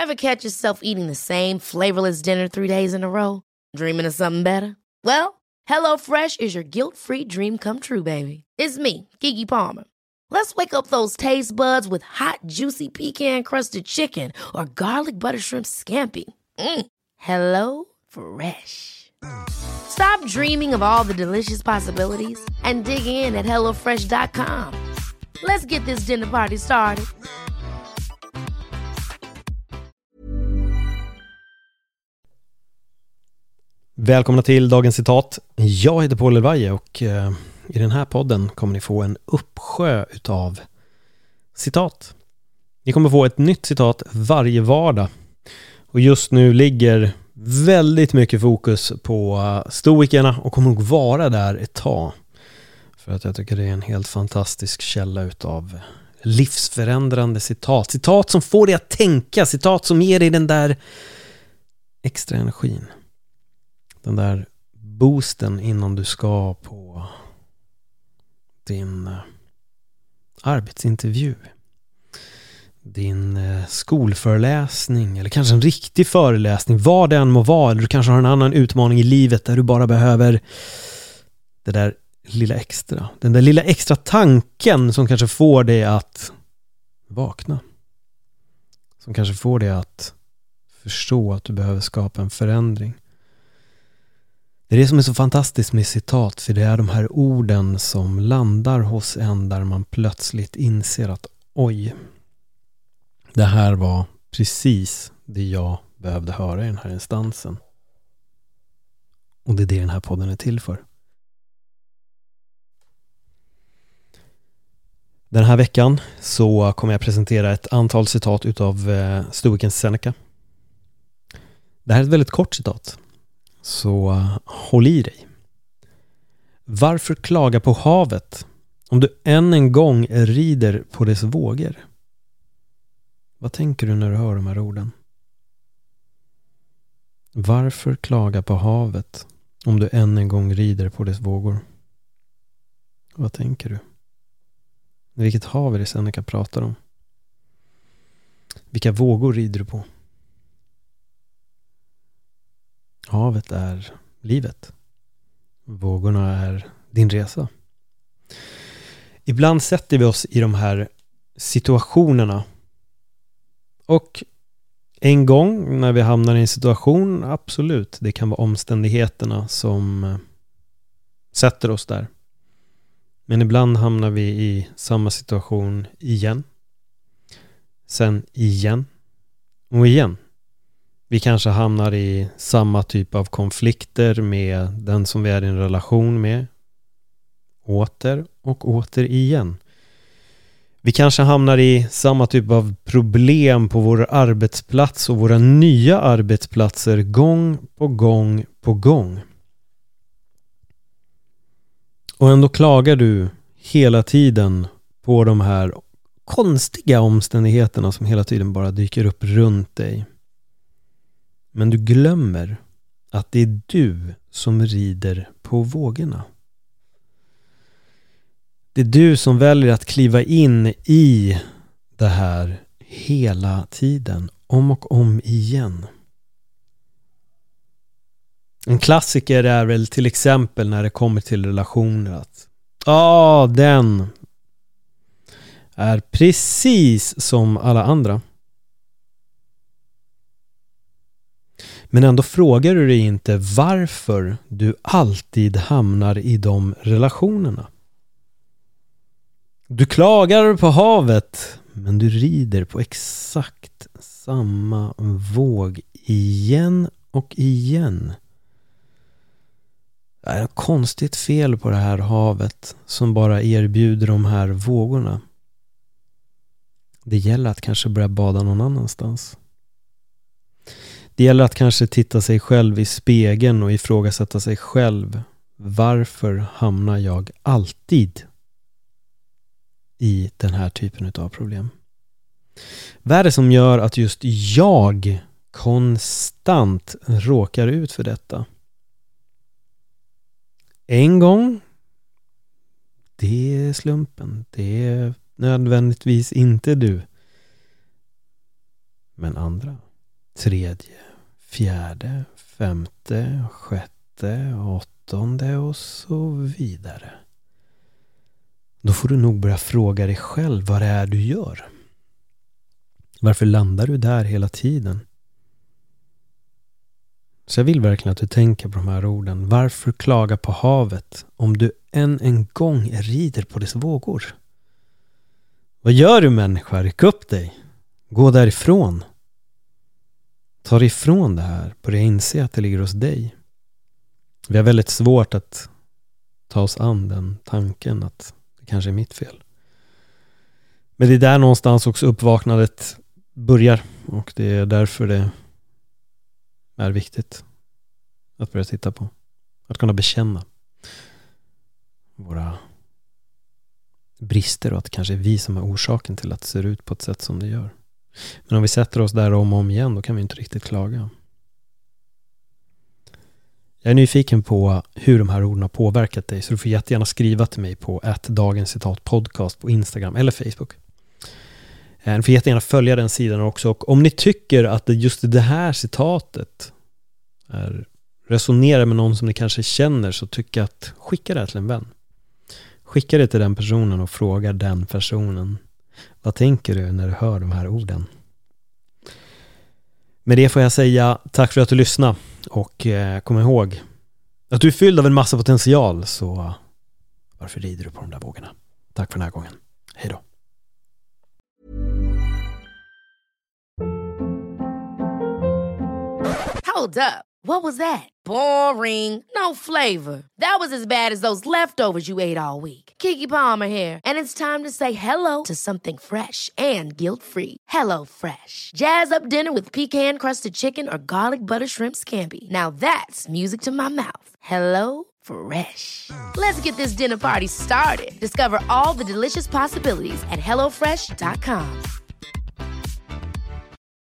Ever catch yourself eating the same flavorless dinner 3 days in a row? Dreaming of something better? Well, HelloFresh is your guilt-free dream come true, baby. It's me, Keke Palmer. Let's wake up those taste buds with hot, juicy pecan-crusted chicken or garlic butter shrimp scampi. Hello Fresh. Stop dreaming of all the delicious possibilities and dig in at HelloFresh.com. Let's get this dinner party started. Välkomna till dagens citat. Jag heter Paul Elvaje och i den här podden kommer ni få en uppsjö utav citat. Ni kommer få ett nytt citat varje vardag. Och just nu ligger väldigt mycket fokus på stoikerna och kommer nog vara där ett tag. För att jag tycker det är en helt fantastisk källa utav livsförändrande citat. Citat som får dig att tänka, citat som ger dig den där extra energin. Den där boosten innan du ska på din arbetsintervju. Din skolföreläsning eller kanske en riktig föreläsning, vad det än må vara. Eller du kanske har en annan utmaning i livet där du bara behöver det där lilla extra. Den där lilla extra tanken som kanske får dig att vakna. Som kanske får dig att förstå att du behöver skapa en förändring. Det är det som är så fantastiskt med citat, för det är de här orden som landar hos en där man plötsligt inser att oj, det här var precis det jag behövde höra i den här instansen. Och det är det den här podden är till för. Den här veckan så kommer jag presentera ett antal citat utav stoikern Seneca. Det här är ett väldigt kort citat. Så håll i dig. Varför klaga på havet om du än en gång rider på dess vågor? Vad tänker du när du hör de här orden? Varför klaga på havet om du än en gång rider på dess vågor? Vad tänker du? Vilket hav är det Seneca pratar om? Vilka vågor rider du på? Havet är livet. Vågorna är din resa. Ibland sätter vi oss i de här situationerna. Och en gång när vi hamnar i en situation, absolut, det kan vara omständigheterna som sätter oss där. Men ibland hamnar vi i samma situation igen. Sen igen. Och igen. Vi kanske hamnar i samma typ av konflikter med den som vi är i en relation med. Åter och åter igen. Vi kanske hamnar i samma typ av problem på vår arbetsplats och våra nya arbetsplatser gång på gång på gång. Och ändå klagar du hela tiden på de här konstiga omständigheterna som hela tiden bara dyker upp runt dig. Men du glömmer att det är du som rider på vågorna. Det är du som väljer att kliva in i det här hela tiden, om och om igen. En klassiker är väl till exempel när det kommer till relationer att den är precis som alla andra. Men ändå frågar du dig inte varför du alltid hamnar i de relationerna. Du klagar på havet, men du rider på exakt samma våg igen och igen. Det är ett konstigt fel på det här havet som bara erbjuder de här vågorna. Det gäller att kanske börja bada någon annanstans. Det gäller att kanske titta sig själv i spegeln och ifrågasätta sig själv. Varför hamnar jag alltid i den här typen av problem? Vad är det som gör att just jag konstant råkar ut för detta? En gång, det är slumpen. Det är nödvändigtvis inte du. Men andra 3:e, 4:e, 5:e, 6:e, 8:e och så vidare. Då får du nog börja fråga dig själv vad det är du gör. Varför landar du där hela tiden? Så jag vill verkligen att du tänker på de här orden. Varför klaga på havet om du än en gång rider på dess vågor? Vad gör du, människa? Ryck upp dig. Gå därifrån. Ta dig ifrån det här. Börja inse att det ligger hos dig. Vi har väldigt svårt att ta oss an den tanken att det kanske är mitt fel. Men det är där någonstans också uppvaknandet börjar. Och det är därför det är viktigt att börja titta på. Att kunna bekänna våra brister och att det kanske är vi som är orsaken till att det ser ut på ett sätt som det gör. Men om vi sätter oss där om och om igen, då kan vi inte riktigt klaga. Jag är nyfiken på hur de här orden har påverkat dig, så du får jättegärna skriva till mig på @dagenscitatpodcast på Instagram eller Facebook. Ni får jättegärna följa den sidan också, och om ni tycker att just det här citatet resonerar med någon som ni kanske känner, så tycker jag att skicka det till en vän. Skicka det till den personen och fråga den personen: vad tänker du när du hör de här orden? Med det får jag säga tack för att du lyssnade, och kom ihåg att du är fylld av en massa potential, så varför rider du på de där vågorna? Tack för den här gången. Hej då. Hold up. What was that? Boring. No flavor. That was as bad as those leftovers you ate all week. Keke Palmer here, and it's time to say hello to something fresh and guilt-free. Hello Fresh. Jazz up dinner with pecan-crusted chicken or garlic butter shrimp scampi. Now that's music to my mouth. Hello Fresh. Let's get this dinner party started. Discover all the delicious possibilities at hellofresh.com.